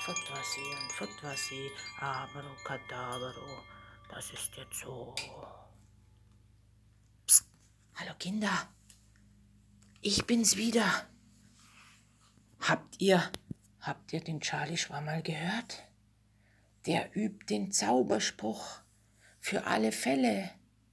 fort war sie, Abracadabra, das ist jetzt so. Psst, hallo Kinder, ich bin's wieder. Habt ihr den Charlie Schwammerl gehört? Der übt den Zauberspruch für alle Fälle.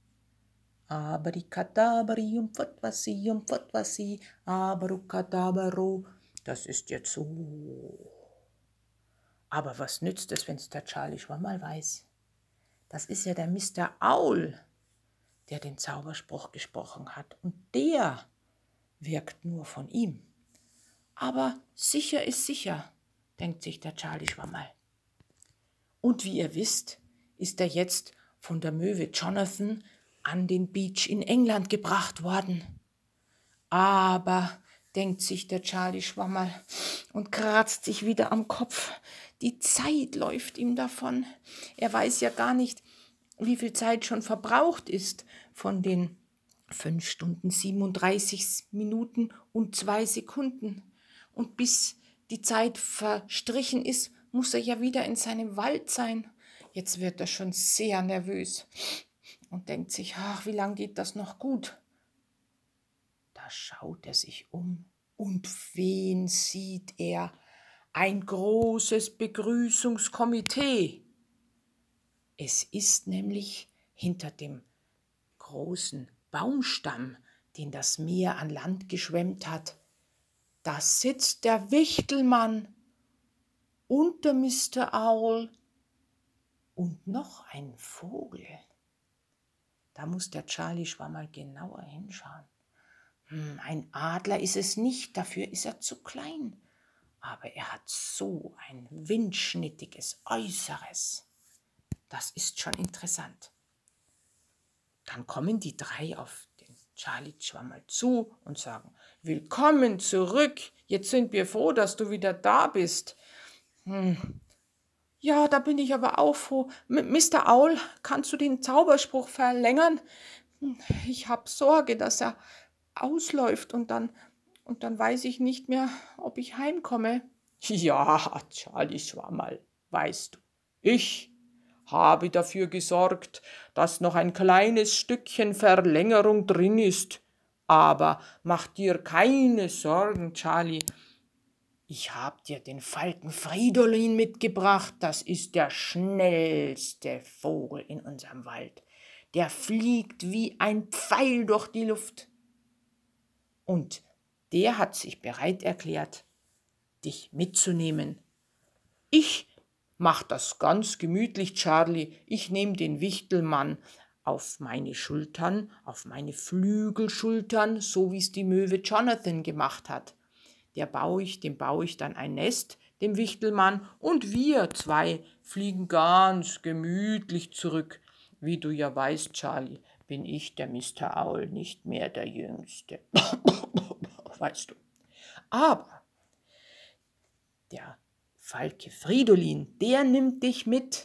Abracadabri und fort war sie, Abracadabro, das ist jetzt so. Aber was nützt es, wenn's der Charlie Schwammerl weiß? Das ist ja der Mr. Owl, der den Zauberspruch gesprochen hat. Und der wirkt nur von ihm. Aber sicher ist sicher, denkt sich der Charlie Schwammerl. Und wie ihr wisst, ist er jetzt von der Möwe Jonathan an den Beach in England gebracht worden. Aber, denkt sich der Charlie Schwammerl und kratzt sich wieder am Kopf. Die Zeit läuft ihm davon. Er weiß ja gar nicht, wie viel Zeit schon verbraucht ist von den 5 Stunden, 37 Minuten und 2 Sekunden. Und bis die Zeit verstrichen ist, muss er ja wieder in seinem Wald sein. Jetzt wird er schon sehr nervös und denkt sich, ach, wie lange geht das noch gut? Da schaut er sich um und wen sieht er? Ein großes Begrüßungskomitee. Es ist nämlich hinter dem großen Baumstamm, den das Meer an Land geschwemmt hat, da sitzt der Wichtelmann und der Mr. Owl und noch ein Vogel. Da muss der Charlie Schwammerl genauer hinschauen. Ein Adler ist es nicht, dafür ist er zu klein. Aber er hat so ein windschnittiges Äußeres. Das ist schon interessant. Dann kommen die 3 auf den Charlie Schwammerl zu und sagen, willkommen zurück, jetzt sind wir froh, dass du wieder da bist. Ja, da bin ich aber auch froh. Mr. Owl, kannst du den Zauberspruch verlängern? Ich habe Sorge, dass er ausläuft und dann weiß ich nicht mehr, ob ich heimkomme. Ja, Charlie Schwammerl, weißt du, ich habe dafür gesorgt, dass noch ein kleines Stückchen Verlängerung drin ist. Aber mach dir keine Sorgen, Charlie. Ich hab dir den Falken Fridolin mitgebracht. Das ist der schnellste Vogel in unserem Wald. Der fliegt wie ein Pfeil durch die Luft. Und der hat sich bereit erklärt, dich mitzunehmen. Ich mach das ganz gemütlich, Charlie. Ich nehme den Wichtelmann auf meine Schultern, auf meine Flügelschultern, so wie es die Möwe Jonathan gemacht hat. Dem baue ich dann ein Nest, dem Wichtelmann, und wir 2 fliegen ganz gemütlich zurück. Wie du ja weißt, Charlie, bin ich der Mr. Owl, nicht mehr der Jüngste. Weißt du. Aber der Falke Fridolin, der nimmt dich mit.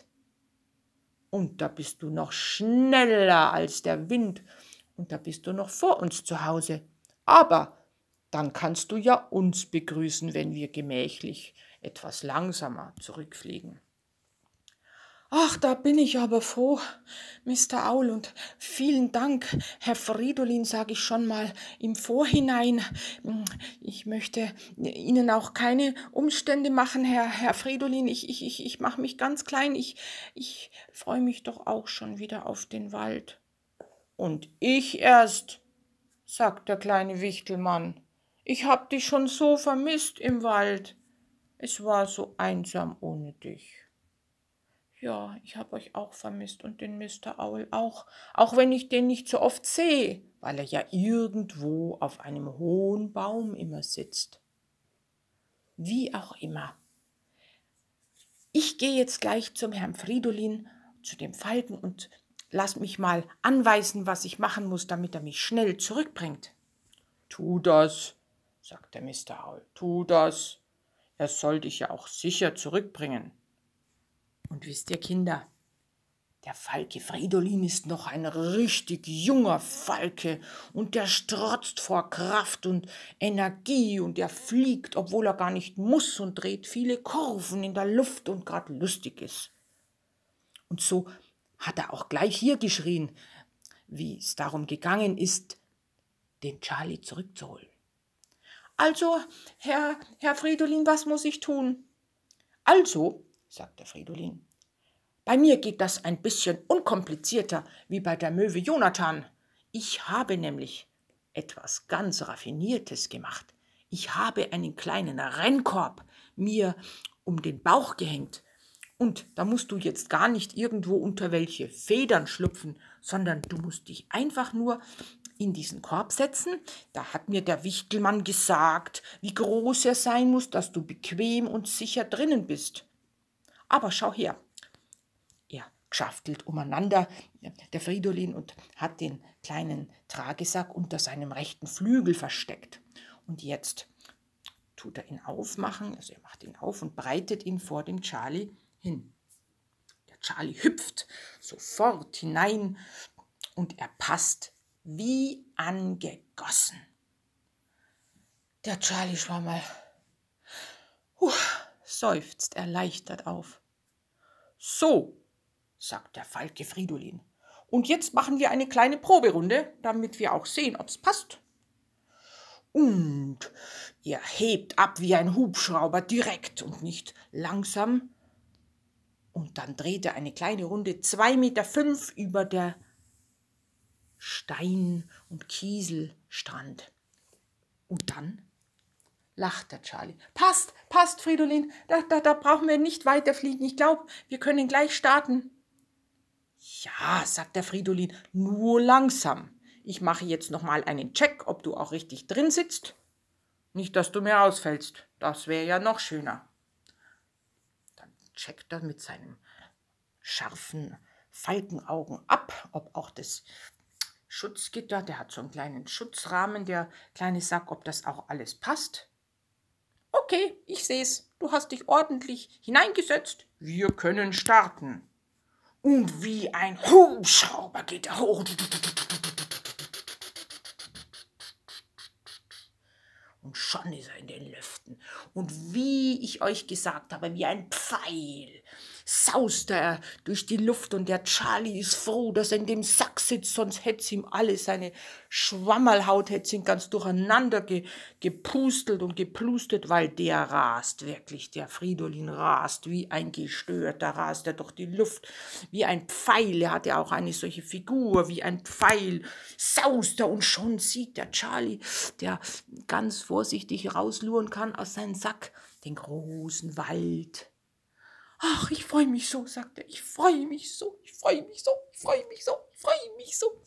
Und da bist du noch schneller als der Wind. Und da bist du noch vor uns zu Hause. Aber dann kannst du ja uns begrüßen, wenn wir gemächlich etwas langsamer zurückfliegen. Ach, da bin ich aber froh, Mr. Owl, und vielen Dank, Herr Fridolin, sage ich schon mal im Vorhinein. Ich möchte Ihnen auch keine Umstände machen, Herr Fridolin. Ich mache mich ganz klein. Ich freue mich doch auch schon wieder auf den Wald. Und ich erst, sagt der kleine Wichtelmann. Ich hab dich schon so vermisst im Wald. Es war so einsam ohne dich. Ja, ich hab euch auch vermisst und den Mr. Owl auch wenn ich den nicht so oft sehe, weil er ja irgendwo auf einem hohen Baum immer sitzt. Wie auch immer. Ich gehe jetzt gleich zum Herrn Fridolin, zu dem Falken, und lass mich mal anweisen, was ich machen muss, damit er mich schnell zurückbringt. Tu das, sagt der Mr. Owl, tu das. Er soll dich ja auch sicher zurückbringen. Und wisst ihr, Kinder, Der Falke Fridolin ist noch ein richtig junger Falke und der strotzt vor Kraft und Energie und er fliegt, obwohl er gar nicht muss und dreht viele Kurven in der Luft und gerade lustig ist. Und so hat er auch gleich hier geschrien, wie es darum gegangen ist, den Charlie zurückzuholen. Also, Herr Fridolin, was muss ich tun? Also, sagt der Fridolin, bei mir geht das ein bisschen unkomplizierter wie bei der Möwe Jonathan. Ich habe nämlich etwas ganz Raffiniertes gemacht. Ich habe einen kleinen Rennkorb mir um den Bauch gehängt. Und da musst du jetzt gar nicht irgendwo unter welche Federn schlüpfen, sondern du musst dich einfach nur in diesen Korb setzen. Da hat mir der Wichtelmann gesagt, wie groß er sein muss, dass du bequem und sicher drinnen bist. Aber schau her. Er schaftelt umeinander, der Fridolin, und hat den kleinen Tragesack unter seinem rechten Flügel versteckt. Und jetzt tut er ihn aufmachen, also er macht ihn auf und breitet ihn vor dem Charlie hin. Der Charlie hüpft sofort hinein und er passt wie angegossen. Der Charlie Schwammerl seufzt erleichtert auf. So, sagt der Falke Fridolin. Und jetzt machen wir eine kleine Proberunde, damit wir auch sehen, ob's passt. Und er hebt ab wie ein Hubschrauber direkt und nicht langsam. Und dann dreht er eine kleine Runde 2,5 Meter über der Stein- und Kieselstrand. Und dann lacht der Charlie. Passt, Fridolin, da brauchen wir nicht weiterfliegen. Ich glaube, wir können gleich starten. Ja, sagt der Fridolin, nur langsam. Ich mache jetzt noch mal einen Check, ob du auch richtig drin sitzt. Nicht, dass du mir ausfällst. Das wäre ja noch schöner. Dann checkt er mit seinen scharfen Falkenaugen ab, ob auch das Schutzgitter, der hat so einen kleinen Schutzrahmen, der kleine Sack, ob das auch alles passt. Okay, ich seh's. Du hast dich ordentlich hineingesetzt. Wir können starten. Und wie ein Hubschrauber geht er hoch. Und schon ist er in den Lüften. Und wie ich euch gesagt habe, wie ein Pfeil saust er durch die Luft. Und der Charlie ist froh, dass er in dem Sack sitzt, sonst hätte ihm alle seine Schwammerlhaut hätte ihn ganz durcheinander gepustelt und geplustert, weil der rast wirklich, der Fridolin rast wie ein Gestörter, rast er durch die Luft, wie ein Pfeil. Er hat ja auch eine solche Figur, wie ein Pfeil, saust er und schon sieht der Charlie, der ganz vorsichtig rausluren kann aus seinem Sack, den großen Wald. Ach, ich freue mich so, sagt er, ich freue mich so, ich freue mich so, ich freue mich so, ich freue mich so.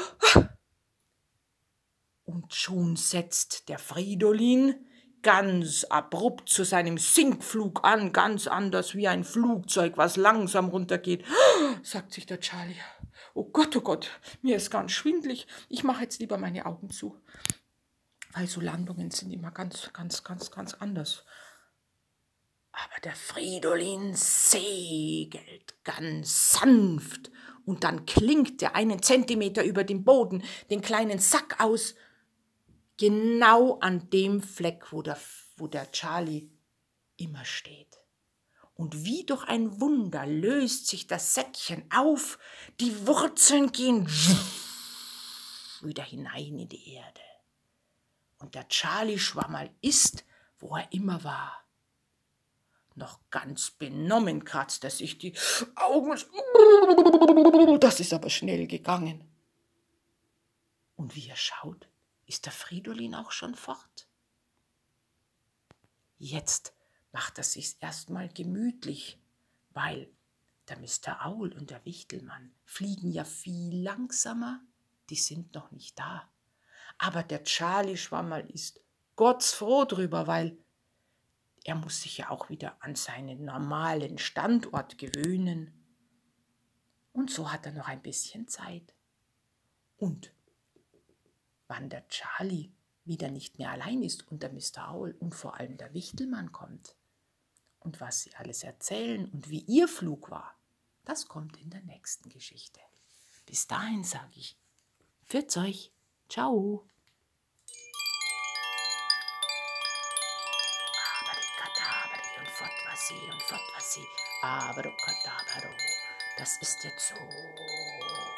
Und schon setzt der Fridolin ganz abrupt zu seinem Sinkflug an, ganz anders wie ein Flugzeug, was langsam runtergeht, sagt sich der Charlie. Oh Gott, mir ist ganz schwindlig, ich mache jetzt lieber meine Augen zu. Weil so Landungen sind immer ganz anders. Aber der Fridolin segelt ganz sanft und dann klingt er 1 Zentimeter über dem Boden den kleinen Sack aus, genau an dem Fleck, wo der Charlie immer steht. Und wie durch ein Wunder löst sich das Säckchen auf, die Wurzeln gehen wieder hinein in die Erde. Und der Charlie Schwammerl ist, wo er immer war. Noch ganz benommen kratzt er sich die Augen. Das ist aber schnell gegangen. Und wie er schaut, ist der Fridolin auch schon fort. Jetzt macht er sich's erstmal gemütlich, weil der Mr. Aul und der Wichtelmann fliegen ja viel langsamer, die sind noch nicht da. Aber der Charlie Schwammerl ist gottsfroh drüber, weil er muss sich ja auch wieder an seinen normalen Standort gewöhnen. Und so hat er noch ein bisschen Zeit. Und wann der Charlie wieder nicht mehr allein ist und der Mr. Aul und vor allem der Wichtelmann kommt und was sie alles erzählen und wie ihr Flug war, Das kommt in der nächsten Geschichte. Bis dahin sage ich, pfiat's euch, ciao. Abracadabra und fort war sie, abracadabra. Das ist jetzt so